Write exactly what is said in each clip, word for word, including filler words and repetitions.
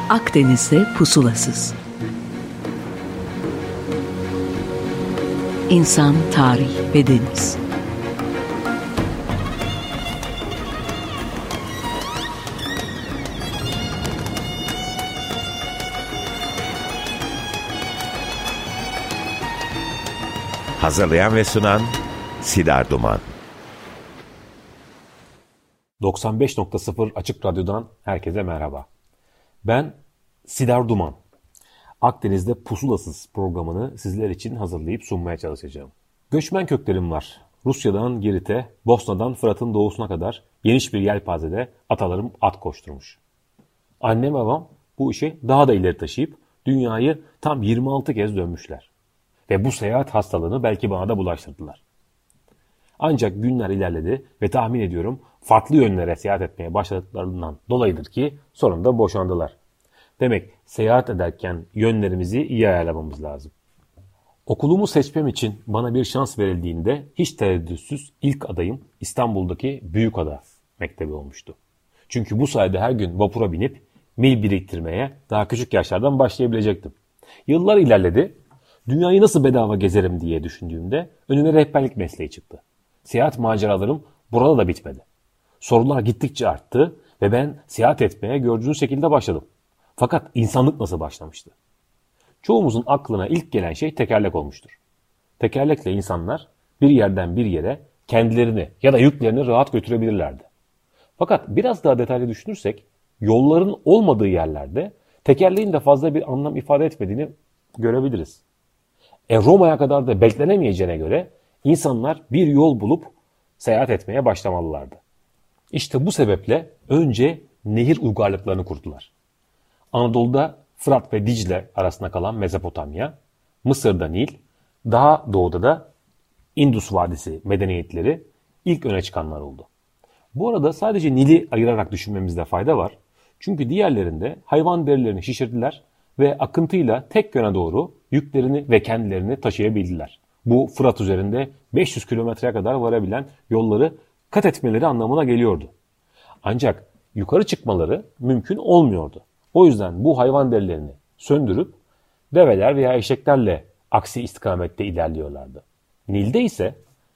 Akdeniz'de pusulasız. İnsan, tarih ve deniz. Hazırlayan ve sunan Sidar Duman. doksan beş nokta sıfır Açık Radyo'dan herkese merhaba. Ben Sidar Duman. Akdeniz'de Pusulasız programını sizler için hazırlayıp sunmaya çalışacağım. Göçmen köklerim var. Rusya'dan Girit'e, Bosna'dan Fırat'ın doğusuna kadar geniş bir yelpazede atalarım at koşturmuş. Annem babam bu işi daha da ileri taşıyıp dünyayı tam yirmi altı kez dönmüşler. Ve bu seyahat hastalığını belki bana da bulaştırdılar. Ancak günler ilerledi ve tahmin ediyorum farklı yönlere seyahat etmeye başladıklarından dolayıdır ki sonunda boşandılar. Demek seyahat ederken yönlerimizi iyi ayarlamamız lazım. Okulumu seçmem için bana bir şans verildiğinde hiç tereddütsüz ilk adayım İstanbul'daki Büyükada Mektebi olmuştu. Çünkü bu sayede her gün vapura binip mil biriktirmeye daha küçük yaşlardan başlayabilecektim. Yıllar ilerledi. Dünyayı nasıl bedava gezerim diye düşündüğümde önüme rehberlik mesleği çıktı. Seyahat maceralarım burada da bitmedi. Sorular gittikçe arttı ve ben seyahat etmeye gördüğünüz şekilde başladım. Fakat insanlık nasıl başlamıştı? Çoğumuzun aklına ilk gelen şey tekerlek olmuştur. Tekerlekle insanlar bir yerden bir yere kendilerini ya da yüklerini rahat götürebilirlerdi. Fakat biraz daha detaylı düşünürsek yolların olmadığı yerlerde tekerleğin de fazla bir anlam ifade etmediğini görebiliriz. E Roma'ya kadar da beklenemeyeceğine göre insanlar bir yol bulup seyahat etmeye başlamalılardı. İşte bu sebeple önce nehir uygarlıklarını kurdular. Anadolu'da Fırat ve Dicle arasında kalan Mezopotamya, Mısır'da Nil, daha doğuda da Indus Vadisi medeniyetleri ilk öne çıkanlar oldu. Bu arada sadece Nil'i ayırarak düşünmemizde fayda var. Çünkü diğerlerinde hayvan derilerini şişirdiler ve akıntıyla tek yöne doğru yüklerini ve kendilerini taşıyabildiler. Bu Fırat üzerinde beş yüz kilometreye kadar varabilen yolları kat etmeleri anlamına geliyordu. Ancak yukarı çıkmaları mümkün olmuyordu. O yüzden bu hayvan derilerini söndürüp develer veya eşeklerle aksi istikamette ilerliyorlardı. Nil'de ise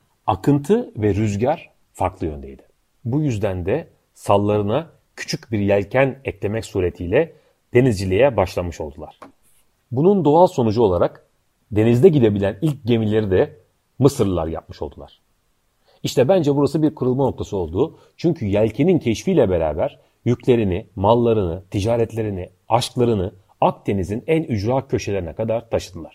akıntı ve rüzgar farklı yöndeydi. Bu yüzden de sallarına küçük bir yelken eklemek suretiyle denizciliğe başlamış oldular. Bunun doğal sonucu olarak denizde gidebilen ilk gemileri de Mısırlılar yapmış oldular. İşte bence burası bir kırılma noktası oldu. Çünkü yelkenin keşfiyle beraber yüklerini, mallarını, ticaretlerini, aşklarını Akdeniz'in en ücra köşelerine kadar taşıdılar.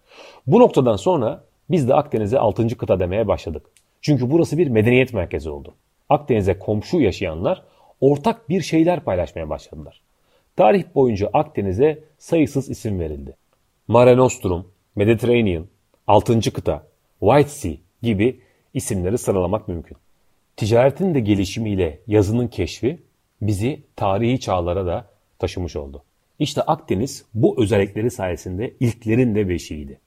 Bu noktadan sonra biz de Akdeniz'e altıncı kıta demeye başladık. Çünkü burası bir medeniyet merkezi oldu. Akdeniz'e komşu yaşayanlar ortak bir şeyler paylaşmaya başladılar. Tarih boyunca Akdeniz'e sayısız isim verildi. Mare Nostrum, Mediterranean, altıncı kıta, White Sea gibi isimleri sıralamak mümkün. Ticaretin de gelişimiyle yazının keşfi bizi tarihi çağlara da taşımış oldu. İşte Akdeniz bu özellikleri sayesinde ilklerin de beşiğiydi.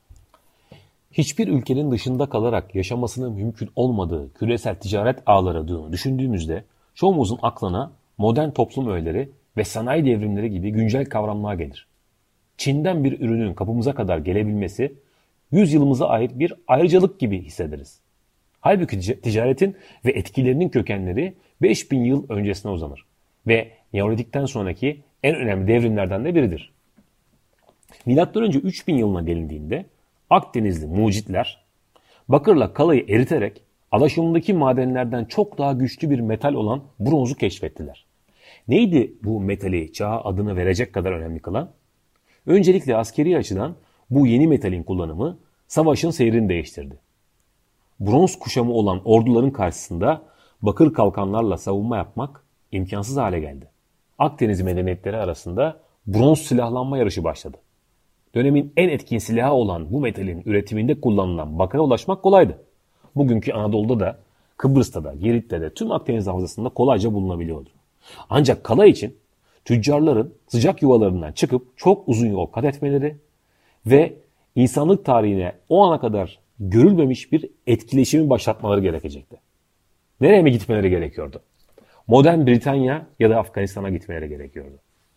Hiçbir ülkenin dışında kalarak yaşamasının mümkün olmadığı küresel ticaret ağları düşündüğümüzde çoğumuzun aklına modern toplum öğeleri ve sanayi devrimleri gibi güncel kavramlar gelir. Çin'den bir ürünün kapımıza kadar gelebilmesi yüzyılımıza ait bir ayrıcalık gibi hissederiz. Halbuki ticaretin ve etkilerinin kökenleri beş bin yıl öncesine uzanır ve Neolitik'ten sonraki en önemli devrimlerden de biridir. Milattan önce üç bin yılına gelindiğinde Akdenizli mucitler bakırla kalayı eriterek alaşımındaki madenlerden çok daha güçlü bir metal olan bronzu keşfettiler. Neydi bu metali çağa adını verecek kadar önemli kılan? Öncelikle askeri açıdan bu yeni metalin kullanımı savaşın seyrini değiştirdi. Bronz kuşamı olan orduların karşısında bakır kalkanlarla savunma yapmak imkansız hale geldi. Akdeniz medeniyetleri arasında bronz silahlanma yarışı başladı. Dönemin en etkin silahı olan bu metalin üretiminde kullanılan bakıra ulaşmak kolaydı. Bugünkü Anadolu'da da, Kıbrıs'ta da, Girit'te de tüm Akdeniz havzasında kolayca bulunabiliyordu. Ancak kala için tüccarların sıcak yuvalarından çıkıp çok uzun yol kat etmeleri ve insanlık tarihine o ana kadar görülmemiş bir etkileşimi başlatmaları gerekecekti. Nereye mi gitmeleri gerekiyordu? Modern Britanya ya da Afganistan'a gitmeleri gerekiyordu.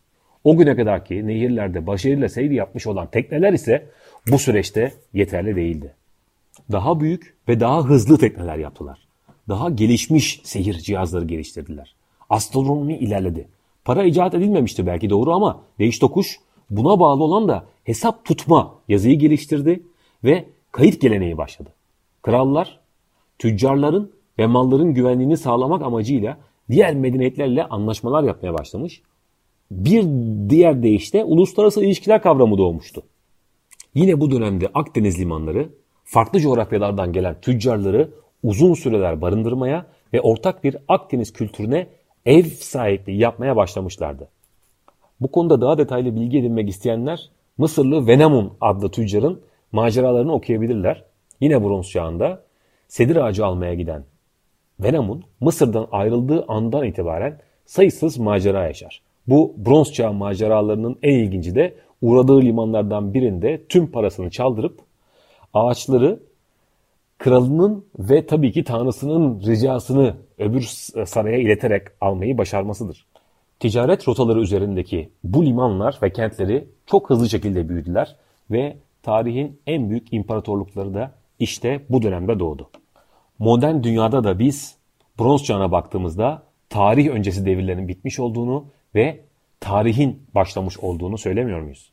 O güne kadarki nehirlerde başarıyla seyir yapmış olan tekneler ise bu süreçte yeterli değildi. Daha büyük ve daha hızlı tekneler yaptılar. Daha gelişmiş seyir cihazları geliştirdiler. Astronomi ilerledi. Para icat edilmemişti belki doğru ama değiş tokuş buna bağlı olan da hesap tutma yazıyı geliştirdi ve kayıt geleneği başladı. Krallar, tüccarların ve malların güvenliğini sağlamak amacıyla diğer medeniyetlerle anlaşmalar yapmaya başlamış. Bir diğer deyişle uluslararası ilişkiler kavramı doğmuştu. Yine bu dönemde Akdeniz limanları farklı coğrafyalardan gelen tüccarları uzun süreler barındırmaya ve ortak bir Akdeniz kültürüne ev sahipliği yapmaya başlamışlardı. Bu konuda daha detaylı bilgi edinmek isteyenler Mısırlı Venamun adlı tüccarın maceralarını okuyabilirler. Yine bronz çağında sedir ağacı almaya giden Venamun Mısır'dan ayrıldığı andan itibaren sayısız macera yaşar. Bu bronz çağı maceralarının en ilginci de uğradığı limanlardan birinde tüm parasını çaldırıp ağaçları kralının ve tabii ki tanrısının ricasını öbür saraya ileterek almayı başarmasıdır. Ticaret rotaları üzerindeki bu limanlar ve kentleri çok hızlı şekilde büyüdüler ve tarihin en büyük imparatorlukları da işte bu dönemde doğdu. Modern dünyada da biz bronz çağına baktığımızda tarih öncesi devirlerin bitmiş olduğunu ve tarihin başlamış olduğunu söylemiyor muyuz?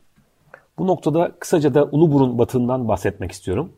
Bu noktada kısaca da Uluburun batığından bahsetmek istiyorum.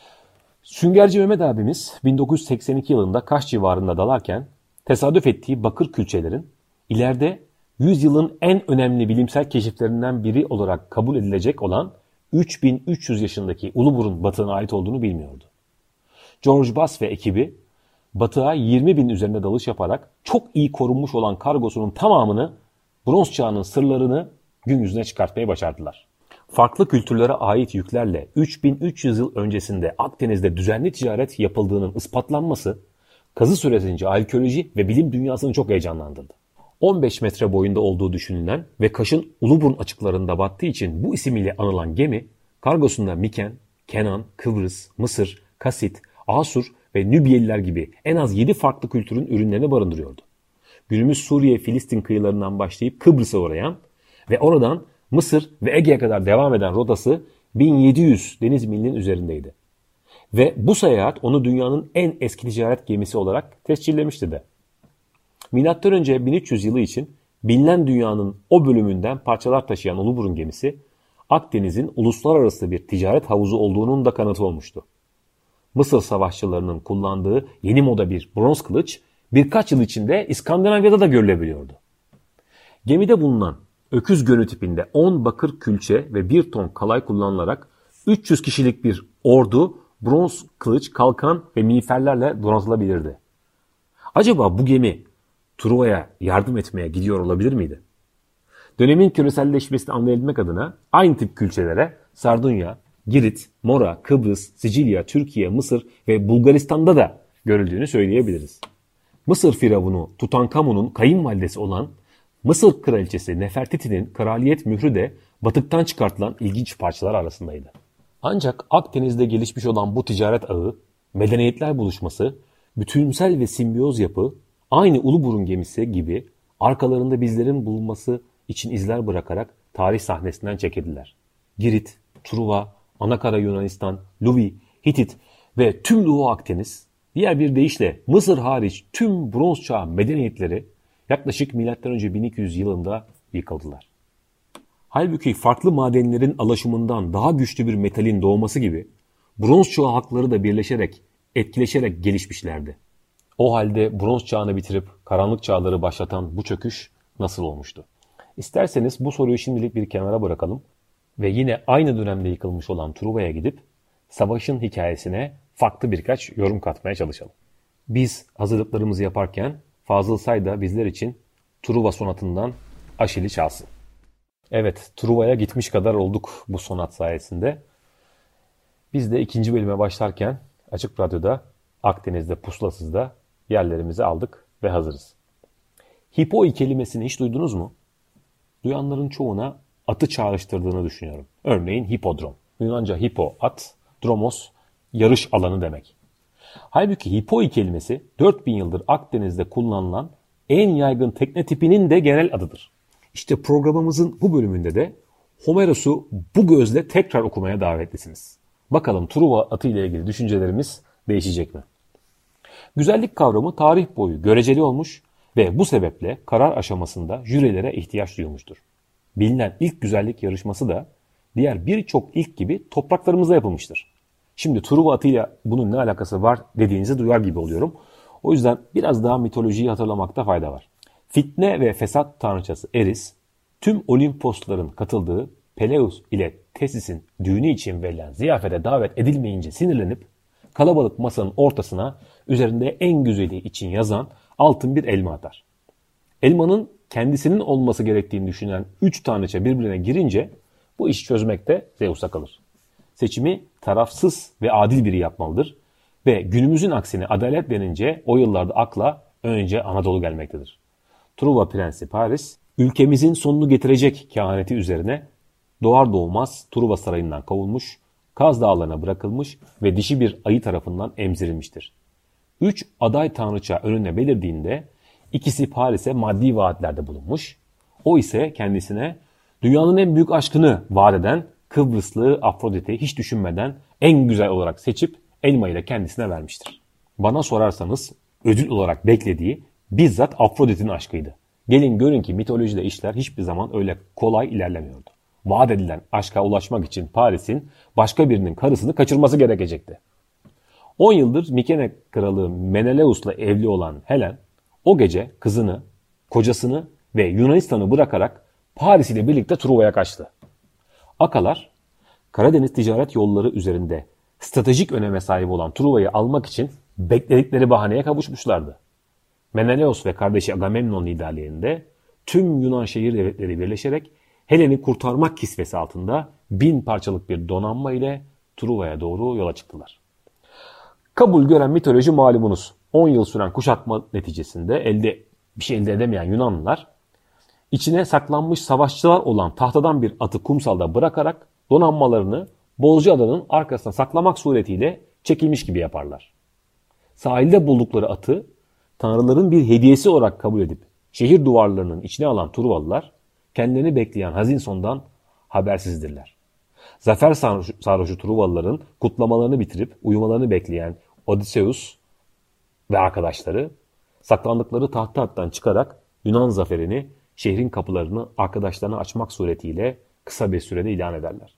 Süngerci Mehmet abimiz bin dokuz yüz seksen iki yılında Kaş civarında dalarken tesadüf ettiği bakır külçelerin ileride yüzyılın en önemli bilimsel keşiflerinden biri olarak kabul edilecek olan üç bin üç yüz yaşındaki Uluburun batığına ait olduğunu bilmiyordu. George Bass ve ekibi batığa yirmi bin üzerinde dalış yaparak çok iyi korunmuş olan kargosunun tamamını bronz çağının sırlarını gün yüzüne çıkartmayı başardılar. Farklı kültürlere ait yüklerle üç bin üç yüz yıl öncesinde Akdeniz'de düzenli ticaret yapıldığının ispatlanması kazı süresince arkeoloji ve bilim dünyasını çok heyecanlandırdı. on beş metre boyunda olduğu düşünülen ve Kaş'ın Uluburun açıklarında battığı için bu isim ile anılan gemi kargosunda Miken, Kenan, Kıbrıs, Mısır, Kasit, Asur ve Nübiyeliler gibi en az yedi farklı kültürün ürünlerini barındırıyordu. Günümüz Suriye, Filistin kıyılarından başlayıp Kıbrıs'a uğrayan ve oradan Mısır ve Ege'ye kadar devam eden rotası bin yedi yüz deniz milinin üzerindeydi. Ve bu seyahat onu dünyanın en eski ticaret gemisi olarak tescillemişti de. Milattan önce bin üç yüz yılı için bilinen dünyanın o bölümünden parçalar taşıyan Uluburun gemisi Akdeniz'in uluslararası bir ticaret havuzu olduğunun da kanıtı olmuştu. Mısır savaşçılarının kullandığı yeni moda bir bronz kılıç birkaç yıl içinde İskandinavya'da da görülebiliyordu. Gemide bulunan öküz gönü tipinde on bakır külçe ve bir ton kalay kullanılarak üç yüz kişilik bir ordu bronz kılıç, kalkan ve miğferlerle donatılabilirdi. Acaba bu gemi Truva'ya yardım etmeye gidiyor olabilir miydi? Dönemin küreselleşmesini anlayabilmek adına aynı tip külçelere Sardunya, Girit, Mora, Kıbrıs, Sicilya, Türkiye, Mısır ve Bulgaristan'da da görüldüğünü söyleyebiliriz. Mısır firavunu Tutankamon'un kayınvalidesi olan Mısır kraliçesi Nefertiti'nin kraliyet mührü de batıktan çıkartılan ilginç parçalar arasındaydı. Ancak Akdeniz'de gelişmiş olan bu ticaret ağı, medeniyetler buluşması, bütünsel ve simbiyoz yapı, aynı Uluburun gemisi gibi arkalarında bizlerin bulunması için izler bırakarak tarih sahnesinden çekildiler. Girit, Truva, Anakara Yunanistan, Luvi, Hitit ve tüm Doğu Akdeniz, diğer bir deyişle Mısır hariç tüm bronz çağı medeniyetleri yaklaşık milattan önce bin iki yüz yılında yıkıldılar. Halbuki farklı madenlerin alaşımından daha güçlü bir metalin doğması gibi bronz çağı halkları da birleşerek, etkileşerek gelişmişlerdi. O halde bronz çağını bitirip karanlık çağları başlatan bu çöküş nasıl olmuştu? İsterseniz bu soruyu şimdilik bir kenara bırakalım ve yine aynı dönemde yıkılmış olan Truva'ya gidip savaşın hikayesine farklı birkaç yorum katmaya çalışalım. Biz hazırlıklarımızı yaparken Fazıl Say da bizler için Truva sonatından Aşil'i çalsın. Evet, Truva'ya gitmiş kadar olduk bu sonat sayesinde. Biz de ikinci bölüme başlarken Açık Radyo'da, Akdeniz'de, Pusulasız'da yerlerimizi aldık ve hazırız. Hipoi kelimesini hiç duydunuz mu? Duyanların çoğuna atı çağrıştırdığını düşünüyorum. Örneğin hipodrom. Yunanca hippo at, dromos yarış alanı demek. Halbuki hipoi kelimesi dört bin yıldır Akdeniz'de kullanılan en yaygın tekne tipinin de genel adıdır. İşte programımızın bu bölümünde de Homeros'u bu gözle tekrar okumaya davetlisiniz. Bakalım Truva atı ile ilgili düşüncelerimiz değişecek mi? Güzellik kavramı tarih boyu göreceli olmuş ve bu sebeple karar aşamasında jürilere ihtiyaç duyulmuştur. Bilinen ilk güzellik yarışması da diğer birçok ilk gibi topraklarımızda yapılmıştır. Şimdi Truva atıyla bunun ne alakası var dediğinizi duyar gibi oluyorum. O yüzden biraz daha mitolojiyi hatırlamakta fayda var. Fitne ve fesat tanrıçası Eris, tüm Olimposluların katıldığı Peleus ile Tesis'in düğünü için verilen ziyafete davet edilmeyince sinirlenip kalabalık masanın ortasına üzerinde en güzeli için yazan altın bir elma atar. Elmanın kendisinin olması gerektiğini düşünen üç tanrıça birbirine girince bu işi çözmekte Zeus'a kalır. Seçimi tarafsız ve adil biri yapmalıdır ve günümüzün aksine adalet denince o yıllarda akla önce Anadolu gelmektedir. Truva Prensi Paris, ülkemizin sonunu getirecek kehaneti üzerine doğar doğmaz Truva sarayından kovulmuş, Kaz Dağları'na bırakılmış ve dişi bir ayı tarafından emzirilmiştir. Üç aday tanrıça önüne belirdiğinde ikisi Paris'e maddi vaatlerde bulunmuş, o ise kendisine dünyanın en büyük aşkını vaat eden Kıbrıslı Afrodit'i hiç düşünmeden en güzel olarak seçip elma ile kendisine vermiştir. Bana sorarsanız ödül olarak beklediği bizzat Afrodit'in aşkıydı. Gelin görün ki mitolojide işler hiçbir zaman öyle kolay ilerlemiyordu. Vaat edilen aşka ulaşmak için Paris'in başka birinin karısını kaçırması gerekecekti. on yıldır Mikene kralı Menelaus'la evli olan Helen, o gece kızını, kocasını ve Yunanistan'ı bırakarak Paris ile birlikte Truva'ya kaçtı. Akalar, Karadeniz ticaret yolları üzerinde stratejik öneme sahip olan Truva'yı almak için bekledikleri bahaneye kavuşmuşlardı. Menelaus ve kardeşi Agamemnon liderliğinde tüm Yunan şehir devletleri birleşerek Helen'i kurtarmak kisvesi altında bin parçalık bir donanma ile Truva'ya doğru yola çıktılar. Kabul gören mitoloji malumunuz. on yıl süren kuşatma neticesinde elde bir şey elde edemeyen Yunanlılar içine saklanmış savaşçılar olan tahtadan bir atı kumsalda bırakarak donanmalarını Bozcaada'nın arkasına saklamak suretiyle çekilmiş gibi yaparlar. Sahilde buldukları atı tanrıların bir hediyesi olarak kabul edip şehir duvarlarının içine alan Truvalılar kendilerini bekleyen hazin sondan habersizdirler. Zafer sarhoşu Truvalıların kutlamalarını bitirip uyumalarını bekleyen Odysseus ve arkadaşları saklandıkları tahta attan çıkarak Yunan zaferini, şehrin kapılarını arkadaşlarına açmak suretiyle kısa bir sürede ilan ederler.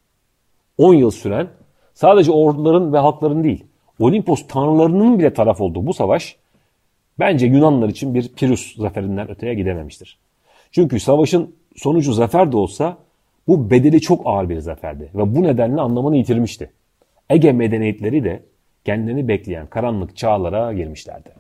on yıl süren sadece orduların ve halkların değil, Olimpos tanrılarının bile taraf olduğu bu savaş bence Yunanlılar için bir Pirus zaferinden öteye gidememiştir. Çünkü savaşın sonucu zafer de olsa bu bedeli çok ağır bir zaferdi ve bu nedenle anlamını yitirmişti. Ege medeniyetleri de kendini bekleyen karanlık çağlara girmişlerdi.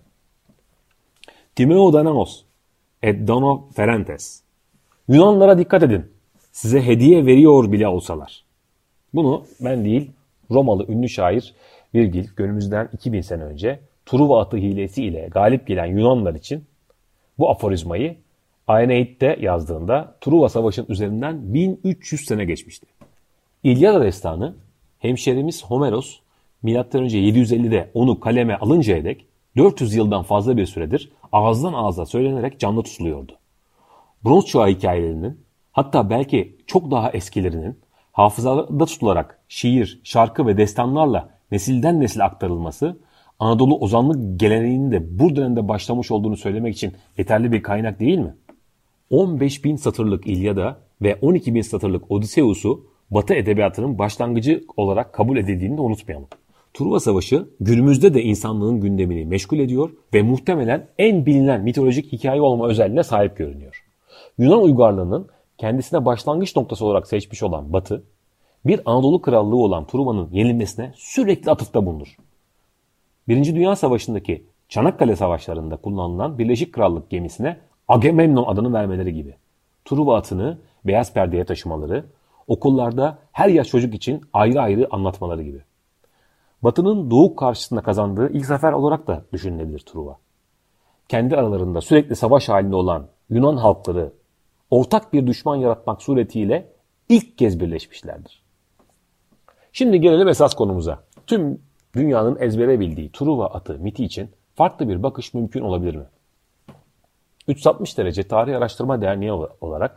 Timeo Danaos et Dono Ferentes. Yunanlara dikkat edin. Size hediye veriyor bile olsalar. Bunu ben değil, Romalı ünlü şair Virgil günümüzden iki bin sene önce Truva atı hilesi ile galip gelen Yunanlar için bu aforizmayı Aeneid'de yazdığında Truva Savaşı'nın üzerinden bin üç yüz sene geçmişti. İlyada destanı hemşerimiz Homeros milattan önce yedi yüz ellide onu kaleme alıncaya dek dört yüz yıldan fazla bir süredir ağızdan ağza söylenerek canlı tutuluyordu. Bronz çağı hikayelerinin, hatta belki çok daha eskilerinin hafızada tutularak şiir, şarkı ve destanlarla nesilden nesile aktarılması, Anadolu ozanlık geleneğinin de bu dönemde başlamış olduğunu söylemek için yeterli bir kaynak değil mi? on beş bin satırlık İlyada ve on iki bin satırlık Odysseus'u Batı edebiyatının başlangıcı olarak kabul edildiğini de unutmayalım. Truva Savaşı günümüzde de insanlığın gündemini meşgul ediyor ve muhtemelen en bilinen mitolojik hikaye olma özelliğine sahip görünüyor. Yunan uygarlığının kendisine başlangıç noktası olarak seçmiş olan Batı, bir Anadolu krallığı olan Truva'nın yenilmesine sürekli atıfta bulunur. Birinci Dünya Savaşı'ndaki Çanakkale Savaşları'nda kullanılan Birleşik Krallık gemisine Agamemnon adını vermeleri gibi, Truva atını beyaz perdeye taşımaları, okullarda her yaş çocuk için ayrı ayrı anlatmaları gibi. Batı'nın Doğu karşısında kazandığı ilk zafer olarak da düşünülebilir Truva. Kendi aralarında sürekli savaş halinde olan Yunan halkları ortak bir düşman yaratmak suretiyle ilk kez birleşmişlerdir. Şimdi gelelim esas konumuza. Tüm dünyanın ezbere bildiği Truva atı miti için farklı bir bakış mümkün olabilir mi? üç yüz altmış derece Tarih Araştırma Derneği olarak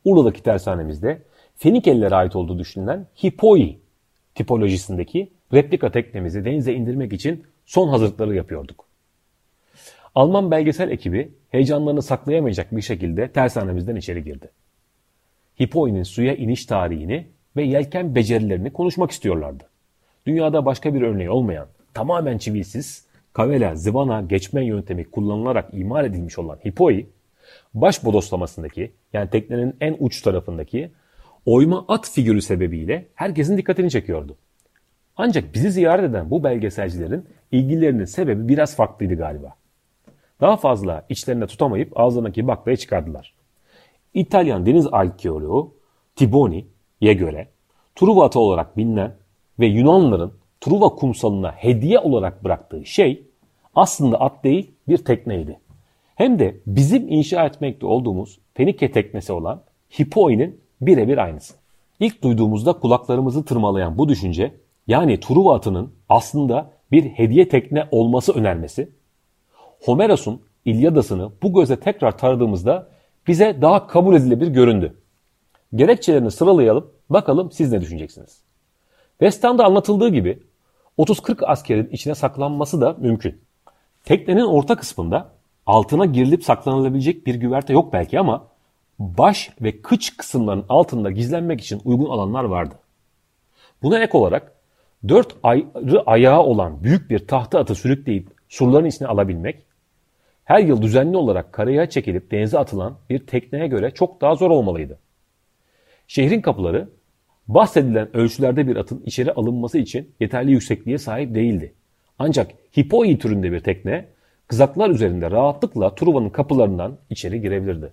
Urla'daki tersanemizde Fenikelilere ait olduğu düşünülen Hipoi tipolojisindeki replika teknemizi denize indirmek için son hazırlıkları yapıyorduk. Alman belgesel ekibi heyecanlarını saklayamayacak bir şekilde tersanemizden içeri girdi. Hipoi'nin suya iniş tarihini ve yelken becerilerini konuşmak istiyorlardı. Dünyada başka bir örneği olmayan, tamamen çivilsiz, kavela, zıvana geçme yöntemi kullanılarak imal edilmiş olan Hipoi, baş bodoslamasındaki, yani teknenin en uç tarafındaki oyma at figürü sebebiyle herkesin dikkatini çekiyordu. Ancak bizi ziyaret eden bu belgeselcilerin ilgilerinin sebebi biraz farklıydı galiba. Daha fazla içlerine tutamayıp ağzlarındaki baklayı çıkardılar. İtalyan deniz arkeoloğu Tiboni'ye göre Truva atı olarak bilinen ve Yunanlıların Truva kumsalına hediye olarak bıraktığı şey aslında at değil, bir tekneydi. Hem de bizim inşa etmekte olduğumuz Fenike teknesi olan Hipoi'nin birebir aynısı. İlk duyduğumuzda kulaklarımızı tırmalayan bu düşünce, yani Truva atının aslında bir hediye tekne olması önermesi, Homeros'un İlyadası'nı bu gözle tekrar taradığımızda bize daha kabul edilebilir göründü. Gerekçelerini sıralayalım, bakalım siz ne düşüneceksiniz? Westan'da anlatıldığı gibi otuz kırk askerin içine saklanması da mümkün. Teknenin orta kısmında altına girilip saklanılabilecek bir güverte yok belki ama baş ve kıç kısımlarının altında gizlenmek için uygun alanlar vardı. Buna ek olarak dört ayrı ayağı olan büyük bir tahta atı sürükleyip surların içine alabilmek, her yıl düzenli olarak karaya çekilip denize atılan bir tekneye göre çok daha zor olmalıydı. Şehrin kapıları bahsedilen ölçülerde bir atın içeri alınması için yeterli yüksekliğe sahip değildi. Ancak Hipoi türünde bir tekne kızaklar üzerinde rahatlıkla Truva'nın kapılarından içeri girebilirdi.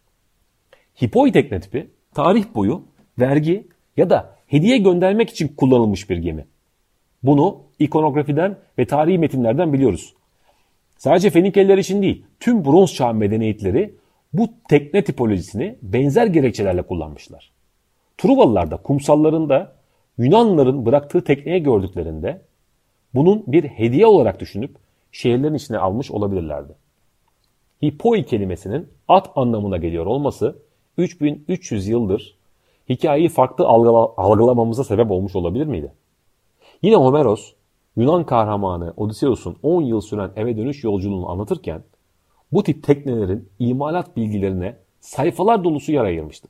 Hipoi tekne tipi tarih boyu vergi ya da hediye göndermek için kullanılmış bir gemi. Bunu ikonografiden ve tarihi metinlerden biliyoruz. Sadece Fenikeliler için değil, tüm bronz çağ medeniyetleri bu tekne tipolojisini benzer gerekçelerle kullanmışlar. Truvalılar da kumsallarında Yunanlıların bıraktığı tekneyi gördüklerinde bunun bir hediye olarak düşünüp şehirlerin içine almış olabilirlerdi. Hipoi kelimesinin at anlamına geliyor olması üç bin üç yüz yıldır hikayeyi farklı algılamamıza sebep olmuş olabilir miydi? Yine Homeros, Yunan kahramanı Odysseus'un on yıl süren eve dönüş yolculuğunu anlatırken bu tip teknelerin imalat bilgilerine sayfalar dolusu yer ayırmıştı.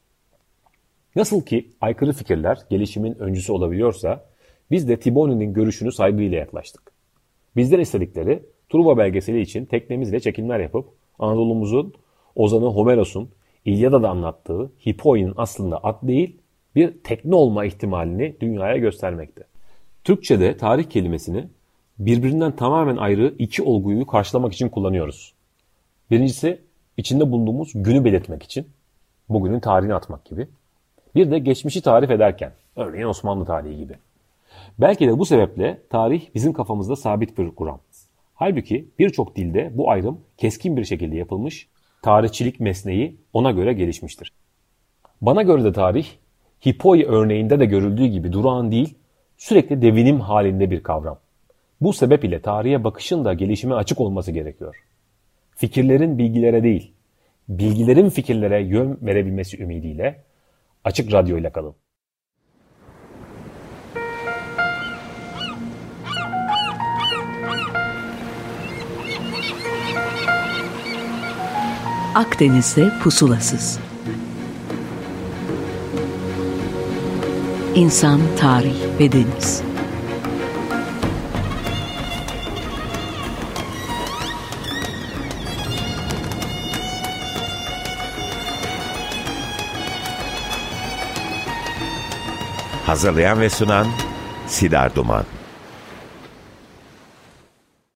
Nasıl ki aykırı fikirler gelişimin öncüsü olabiliyorsa biz de Tiboni'nin görüşünü saygıyla yaklaştık. Bizden istedikleri Truva belgeseli için teknemizle çekimler yapıp Anadolu'muzun ozanı Homeros'un İlyada'da anlattığı Hipoi'nin aslında at değil bir tekne olma ihtimalini dünyaya göstermekte. Türkçe'de tarih kelimesini birbirinden tamamen ayrı iki olguyu karşılamak için kullanıyoruz. Birincisi içinde bulunduğumuz günü belirtmek için, bugünün tarihini atmak gibi. Bir de geçmişi tarif ederken, örneğin Osmanlı tarihi gibi. Belki de bu sebeple tarih bizim kafamızda sabit bir kuram. Halbuki birçok dilde bu ayrım keskin bir şekilde yapılmış, tarihçilik mesleği ona göre gelişmiştir. Bana göre de tarih, Hipoi örneğinde de görüldüğü gibi durağan değil, sürekli devinim halinde bir kavram. Bu sebep ile tarihe bakışın da gelişime açık olması gerekiyor. Fikirlerin bilgilere değil, bilgilerin fikirlere yön verebilmesi ümidiyle Açık Radyo ile kalın. Akdeniz'de pusulasız. İnsan, tarih ve deniz. Hazırlayan ve sunan Sidar Duman.